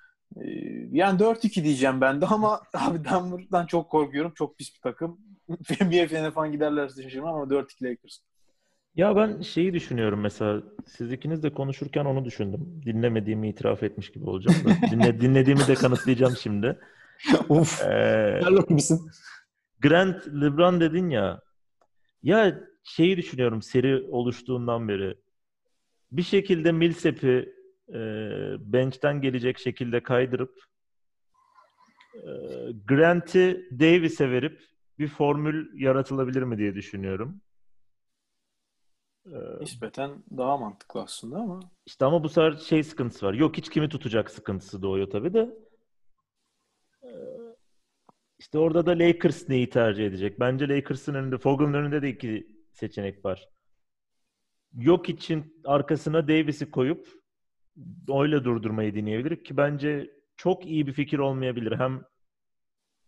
Yani 4-2 diyeceğim ben de ama abi Denver'dan çok korkuyorum. Çok pis bir takım. NBA finaline falan giderlerse şaşırmam ama 4-2 Lakers. Ya ben şeyi düşünüyorum mesela. Siz ikiniz de konuşurken onu düşündüm. Dinlemediğimi itiraf etmiş gibi olacağım da. Dinlediğimi de kanıtlayacağım şimdi. Uf. Sherlock gibisin. Grant, LeBron dedin ya. Ya şeyi düşünüyorum seri oluştuğundan beri. Bir şekilde Millsap'i bench'ten gelecek şekilde kaydırıp Grant'i Davis'e verip bir formül yaratılabilir mi diye düşünüyorum. Nispeten daha mantıklı aslında ama. İşte ama bu sefer şey sıkıntısı var. Yok hiç kimi tutacak sıkıntısı doğuyor tabii de. İşte orada da Lakers neyi tercih edecek? Bence Lakers'ın önünde, Vogel'ın önünde de iki seçenek var. Yok için arkasına Davis'i koyup öyle durdurmayı deneyebilir ki bence çok iyi bir fikir olmayabilir. Hem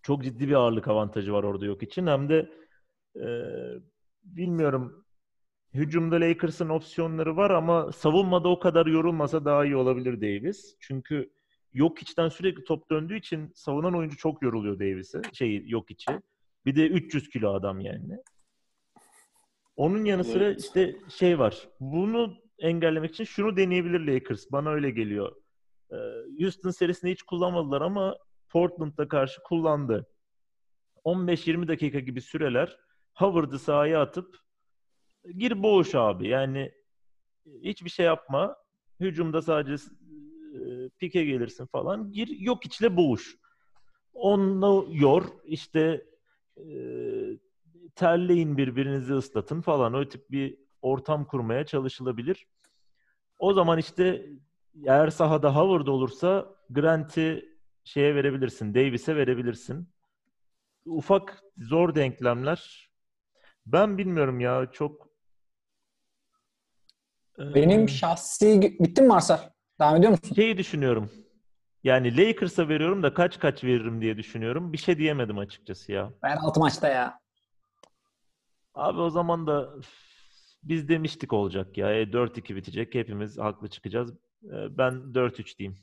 çok ciddi bir ağırlık avantajı var orada yok için. Hem de e, bilmiyorum, hücumda Lakers'ın opsiyonları var ama savunmada o kadar yorulmasa daha iyi olabilir Davis. Çünkü Jokic'ten sürekli top döndüğü için savunan oyuncu çok yoruluyor Davis'e. Jokic'i. Bir de 300 kilo adam yani. Onun yanı sıra Evet. işte var. Bunu engellemek için şunu deneyebilir Lakers. Bana öyle geliyor. Houston serisinde hiç kullanmadılar ama Portland'a karşı kullandı. 15-20 dakika gibi süreler Howard'ı sahaya atıp gir boğuş abi. Yani hiçbir şey yapma. Hücumda sadece pike gelirsin falan. Gir yok içle boğuş. Onunla yor. İşte e, terleyin, birbirinizi ıslatın falan. O tip bir ortam kurmaya çalışılabilir. O zaman işte eğer sahada Howard olursa Grant'i verebilirsin. Davis'e verebilirsin. Ufak zor denklemler. Ben bilmiyorum ya, çok Benim şahsi... Bitti mi Marsar? Devam ediyor musun? düşünüyorum. Yani Lakers'a veriyorum da kaç veririm diye düşünüyorum. Bir şey diyemedim açıkçası ya. Ben 6 maçta ya. Abi o zaman da biz demiştik olacak ya. 4-2 bitecek. Hepimiz haklı çıkacağız. Ben 4-3 diyeyim.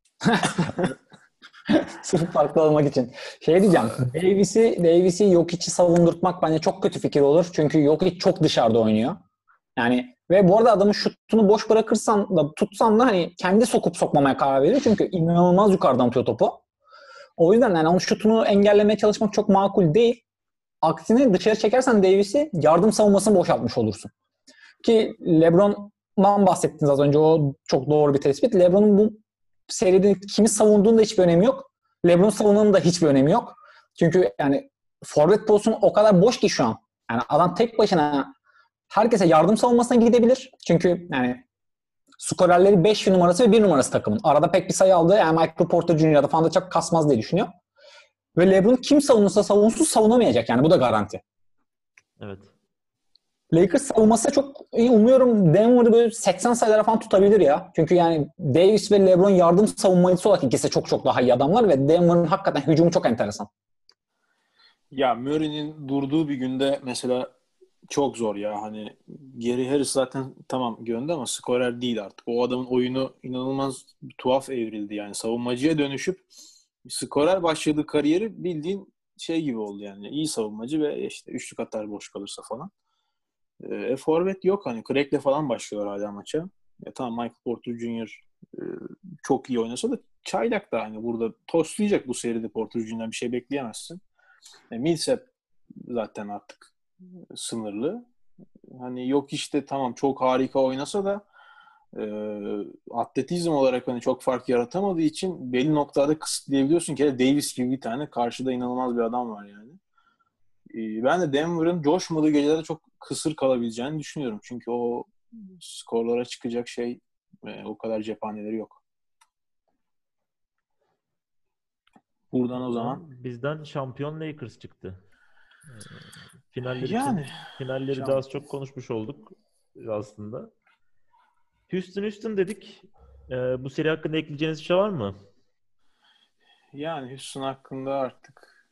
Sırf farklı olmak için. Diyeceğim. Davis'i Jokic'i savundurtmak bence çok kötü fikir olur. Çünkü Jokic çok dışarıda oynuyor. Yani ve bu arada adamın şutunu boş bırakırsan da tutsan da hani kendi sokup sokmamaya karar verir. Çünkü inanılmaz yukarıdan atıyor topu. O yüzden yani onun şutunu engellemeye çalışmak çok makul değil. Aksine dışarı çekersen Davis'i yardım savunmasını boşaltmış olursun. Ki LeBron'dan bahsettiniz az önce. O çok doğru bir tespit. LeBron'un bu seride kimi savunduğunda hiçbir önemi yok. LeBron savunmanın da hiçbir önemi yok. Çünkü yani forvet pozisyonu o kadar boş ki şu an. Yani adam tek başına herkese yardım savunmasına gidebilir. Çünkü yani skorerleri 5 numarası ve 1 numarası takımın. Arada pek bir sayı aldı. Yani Michael Porter Jr.'da falan da çok kasmaz diye düşünüyor. Ve LeBron kim savunursa savunsun savunamayacak yani. Bu da garanti. Evet. Lakers savunması çok iyi. Umuyorum Denver'ı böyle 80 sayılara falan tutabilir ya. Çünkü yani Davis ve LeBron yardım savunmacısı olarak ikisi çok çok daha iyi adamlar ve Denver'ın hakikaten hücumu çok enteresan. Ya Murray'nin durduğu bir günde mesela çok zor ya. Hani Gary Harris zaten tamam göndü ama skorer değil artık. O adamın oyunu inanılmaz tuhaf evrildi yani. Savunmacıya dönüşüp skorer başladığı kariyeri bildiğin şey gibi oldu yani. İyi savunmacı ve işte üçlük atar boş kalırsa falan. Forvet yok hani. Craig'le falan başlıyorlar hala maça. Tamam Michael Porter Jr. Çok iyi oynasa da çaylak da hani burada toslayacak bu seride Porter Jr.'dan bir şey bekleyemezsin. Millsap zaten artık sınırlı. Hani yok işte tamam çok harika oynasa da atletizm olarak hani çok fark yaratamadığı için belli noktada kısıtlayabiliyorsun ki Davis gibi bir tane karşıda inanılmaz bir adam var yani. Ben de Denver'ın coşmadığı gecelerde çok kısır kalabileceğini düşünüyorum. Çünkü o skorlara çıkacak o kadar cephaneleri yok. Buradan o zaman bizden şampiyon Lakers çıktı. Finaller için yani finalleri de az çok konuşmuş olduk aslında. Houston dedik. Bu seri hakkında ekleyeceğiniz bir şey var mı? yani Houston hakkında artık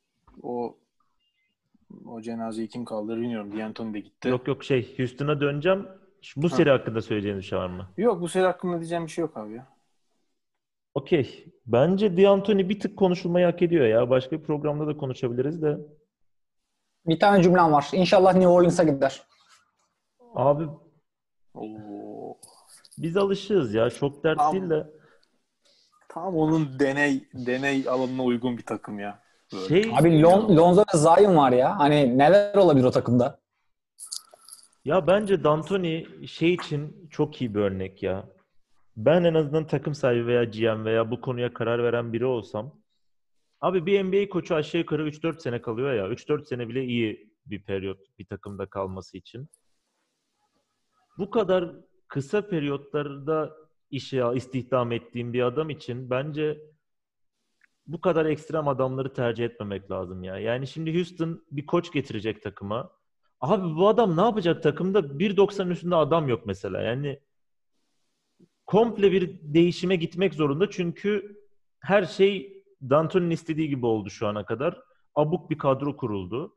o cenazeyi kim kaldırır bilmiyorum. D'Antoni de gitti. Yok Houston'a döneceğim. Bu seri hakkında söyleyeceğiniz bir şey var mı? Yok bu seri hakkında diyeceğim bir şey yok abi ya. Okey. Bence D'Antoni bir tık konuşulmayı hak ediyor ya. Başka bir programda da konuşabiliriz de. Bir tane cümlem var. İnşallah New Orleans'a gider. Abi Oo. biz alışığız ya. Çok dert değil de. Tam onun deney alanına uygun bir takım ya. Böyle. Abi Lonzo ve Zion var ya. Hani neler olabilir o takımda? Ya bence D'Antoni için çok iyi bir örnek ya. Ben en azından takım sahibi veya GM veya bu konuya karar veren biri olsam, abi bir NBA koçu aşağı yukarı 3-4 sene kalıyor ya. 3-4 sene bile iyi bir periyot bir takımda kalması için. Bu kadar kısa periyotlarda işe istihdam ettiğim bir adam için bence bu kadar ekstrem adamları tercih etmemek lazım ya. Yani şimdi Houston bir koç getirecek takıma. Abi bu adam ne yapacak takımda? 1.90'ın üstünde adam yok mesela. Yani komple bir değişime gitmek zorunda çünkü her şey D'Antoni'nin istediği gibi oldu şu ana kadar. Abuk bir kadro kuruldu.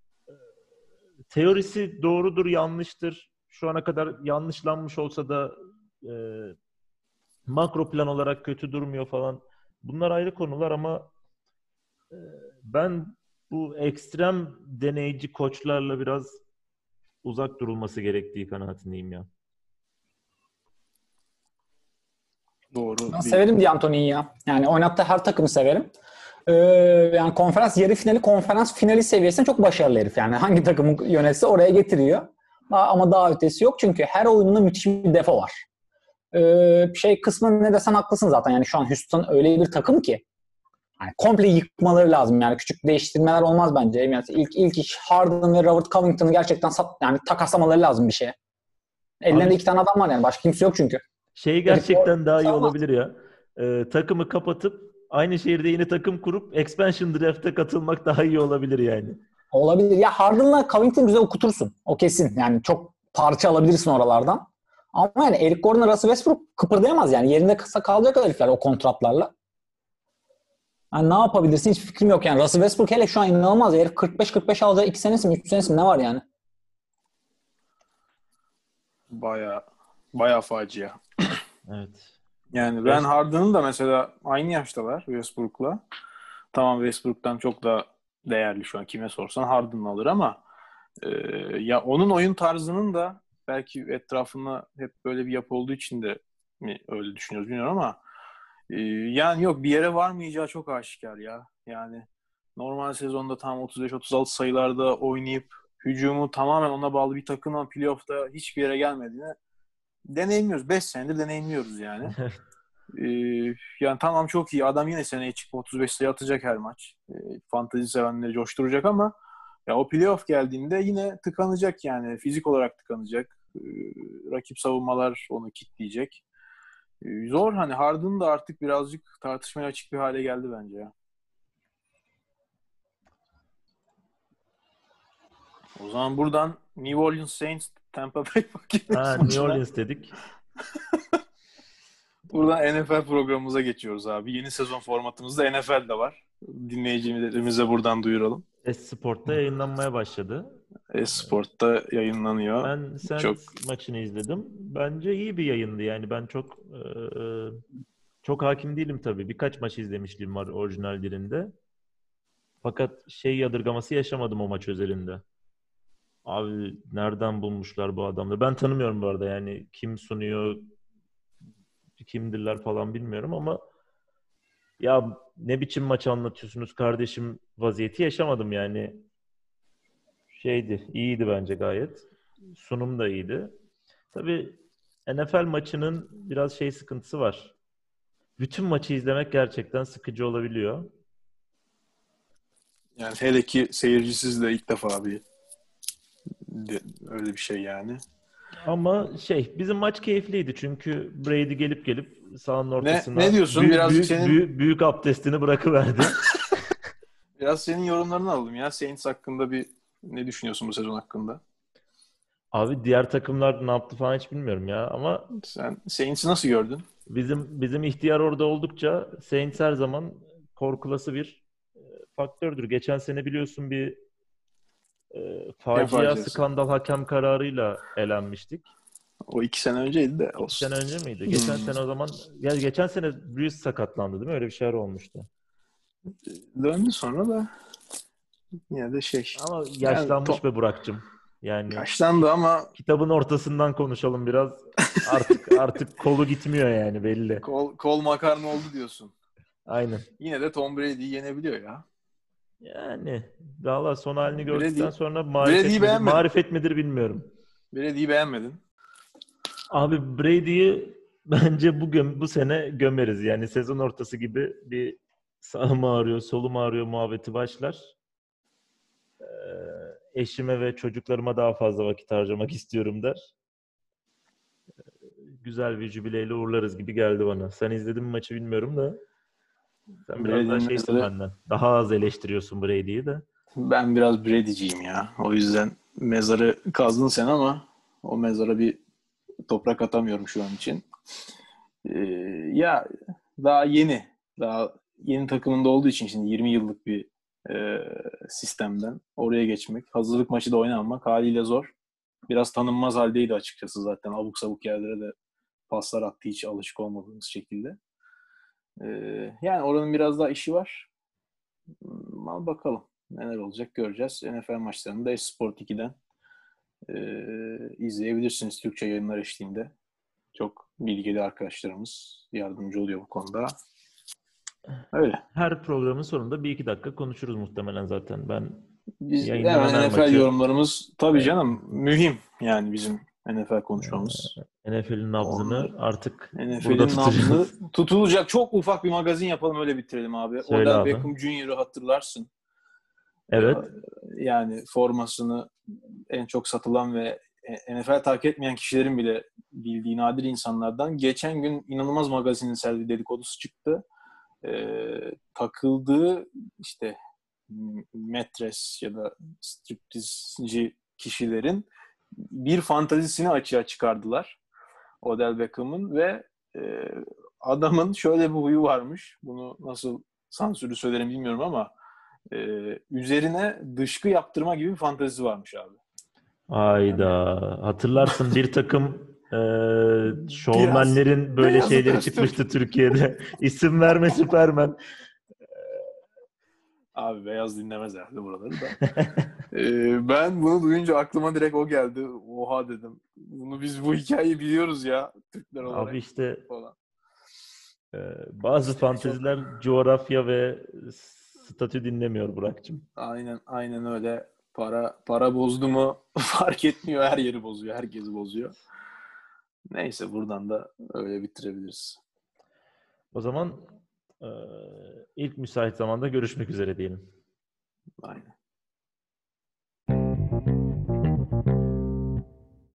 Teorisi doğrudur, yanlıştır. Şu ana kadar yanlışlanmış olsa da e, makro plan olarak kötü durmuyor falan. Bunlar ayrı konular ama e, ben bu ekstrem deneyici koçlarla biraz uzak durulması gerektiği kanaatindeyim ya. Doğru. Ben severim D'Antoni'yi ya. Yani oynattığı her takımı severim. Yani konferans yarı finali, konferans finali seviyesinde çok başarılı herif. Yani hangi takımı yönetse oraya getiriyor. Ama daha ötesi yok çünkü her oyununda müthiş bir defo var. Kısmı ne desen haklısın zaten. Yani şu an Houston öyle bir takım ki yani komple yıkmaları lazım. Yani küçük değiştirmeler olmaz bence. Yani ilk iş Harden ve Robert Covington'ı gerçekten takaslamaları lazım bir şeye. Ellerinde Abi, 2 tane adam var yani. Başka kimse yok çünkü. şey gerçekten daha iyi Sağlam. olabilir ya. Takımı kapatıp aynı şehirde yeni takım kurup expansion draft'e katılmak daha iyi olabilir yani. Olabilir. Ya Harden'la Covington güzel okutursun. O kesin. Yani çok parça alabilirsin oralardan. Ama yani Eric Gordon'la Russell Westbrook kıpırdayamaz yani. Yerinde kısa kalacak herifler o kontratlarla. Yani ne yapabilirsin hiç fikrim yok yani. Russell Westbrook hele şu an inanılmaz. Herif 45-45 alacağı 2 senesi mi 3 senesi mi ne var yani? Baya facia. Evet. Yani ben Harden'ın da mesela aynı yaştalar Westbrook'la. Tamam Westbrook'tan çok da değerli şu an. Kime sorsan Harden'ı alır ama ya onun oyun tarzının da belki etrafında hep böyle bir yapı olduğu için de mi öyle düşünüyoruz bilmiyorum ama yani yok bir yere varmayacağı çok aşikar ya. Yani normal sezonda tam 35-36 sayılarda oynayıp hücumu tamamen ona bağlı bir takımla playoff'ta hiçbir yere gelmediğini deneyimliyoruz. 5 senedir deneyimliyoruz yani. Yani tamam çok iyi. Adam yine seneye çıkıp 35 sayı atacak her maç. Fantezi sevenleri coşturacak ama ya o playoff geldiğinde yine tıkanacak yani. Fizik olarak tıkanacak. Rakip savunmalar onu kilitleyecek. Zor hani Harden da artık birazcık tartışmaya açık bir hale geldi bence ya. O zaman buradan New Orleans Saints Tampa Bay Buccaneers New maçına Orleans dedik. buradan NFL programımıza geçiyoruz abi. Yeni sezon formatımızda NFL de var. Dinleyicilerimize buradan duyuralım. Sport'ta yayınlanmaya başladı. Esport'ta yayınlanıyor. Ben Çok Saints maçını izledim. Bence iyi bir yayındı yani. Ben çok hakim değilim tabii. Birkaç maç izlemişliğim var orijinal dilinde. Fakat yadırgaması yaşamadım o maç özelinde. Abi nereden bulmuşlar bu adamları? Ben tanımıyorum bu arada yani kim sunuyor, kimdirler falan bilmiyorum ama ya ne biçim maç anlatıyorsunuz kardeşim vaziyeti yaşamadım yani. İyiydi bence gayet. Sunum da iyiydi. Tabii NFL maçının biraz sıkıntısı var. Bütün maçı izlemek gerçekten sıkıcı olabiliyor. yani hele ki seyircisiz de ilk defa öyle bir şey yani. Ama bizim maç keyifliydi çünkü Brady gelip sahanın ortasına Ne diyorsun? Birazcık senin büyük abdestini bırakıverdi. biraz senin yorumlarını alalım ya. Saints hakkında ne düşünüyorsun bu sezon hakkında? Abi diğer takımlar ne yaptı falan hiç bilmiyorum ya ama Sen Saints'i nasıl gördün? bizim ihtiyar orada oldukça Saints her zaman korkulası bir faktördür. Geçen sene biliyorsun bir facia faciası? skandal hakem kararıyla elenmiştik. O 2 sene önceydi de 2 olsun. sene önce miydi? Geçen sene o zaman geçen sene Breeze sakatlandı değil mi? Öyle bir şeyler olmuştu. Döndü sonra da yine de Ama yaşlanmış yani, be Burak'cığım. Yani yaşlandı ama kitabın ortasından konuşalım biraz. Artık kolu gitmiyor yani belli. kol makarna oldu diyorsun. Aynen. Yine de Tom Brady'yi yenebiliyor ya. Yani valla son halini Brady- gördükten sonra Brady'yi beğenmedim. marifet midir bilmiyorum. Brady'yi beğenmedin. Abi Brady'yi bence bu sene gömeriz. Yani sezon ortası gibi bir sağım ağrıyor, solum ağrıyor muhabbeti başlar. Eşime ve çocuklarıma daha fazla vakit harcamak istiyorum der. Güzel bir jübileyle uğurlarız gibi geldi bana. Sen izledin mi maçı bilmiyorum da. Sen biraz daha Brady'nin mezarı, benden. Daha az eleştiriyorsun Brady'yi de. ben biraz Brady'ciyim ya. O yüzden mezarı kazdın sen ama o mezara bir toprak atamıyorum şu an için. Ee, ya daha yeni. Daha yeni takımında olduğu için şimdi 20 yıllık bir sistemden oraya geçmek, hazırlık maçı da oynamamak haliyle zor. Biraz tanınmaz haldeydi açıkçası zaten. Abuk sabuk yerlere de paslar attı hiç alışık olmadığımız şekilde. Yani oranın biraz daha işi var. Ama bakalım neler olacak göreceğiz. NFL maçlarını da Sport 2'den izleyebilirsiniz Türkçe yayınlar eşliğinde. Çok bilgili arkadaşlarımız yardımcı oluyor bu konuda. Öyle. Her programın sonunda 1-2 dakika konuşuruz muhtemelen zaten. Biz Yayınlanan her NFL maçı, yorumlarımız tabii canım mühim yani bizim NFL konuşmamız. NFL'in nabzını artık burada NFL'in tutacağız. nabzı tutulacak. Çok ufak bir magazin yapalım öyle bitirelim abi. Söyle Odell abi. Beckham Jr.'ı hatırlarsın. Evet. Yani formasını en çok satılan ve NFL takip etmeyen kişilerin bile bildiği nadir insanlardan. Geçen gün inanılmaz magazinsel bir dedikodusu çıktı. Takıldığı işte metres ya da striptizci kişilerin bir fantazisini açığa çıkardılar. Odell Beckham'ın ve adamın şöyle bir huyu varmış. Bunu nasıl sansürlü söylerim bilmiyorum ama üzerine dışkı yaptırma gibi bir fantezisi varmış abi. Ayda. Hatırlarsın bir takım şovmenlerin böyle Beyaz şeyleri Öztürk. çıkmıştı Türkiye'de. İsim verme Süpermen. Abi beyaz dinlemez herhalde buraları da. Ben bunu duyunca aklıma direkt o geldi. Oha dedim. Biz bu hikayeyi biliyoruz ya Türkler olarak. Abi işte falan. bazı İşte fanteziler coğrafya ve statü dinlemiyor Burak'cığım. Aynen öyle. Para bozdu mu fark etmiyor. Her yeri bozuyor. Herkesi bozuyor. Neyse buradan da öyle bitirebiliriz. O zaman ilk müsait zamanda görüşmek üzere diyelim. Aynen.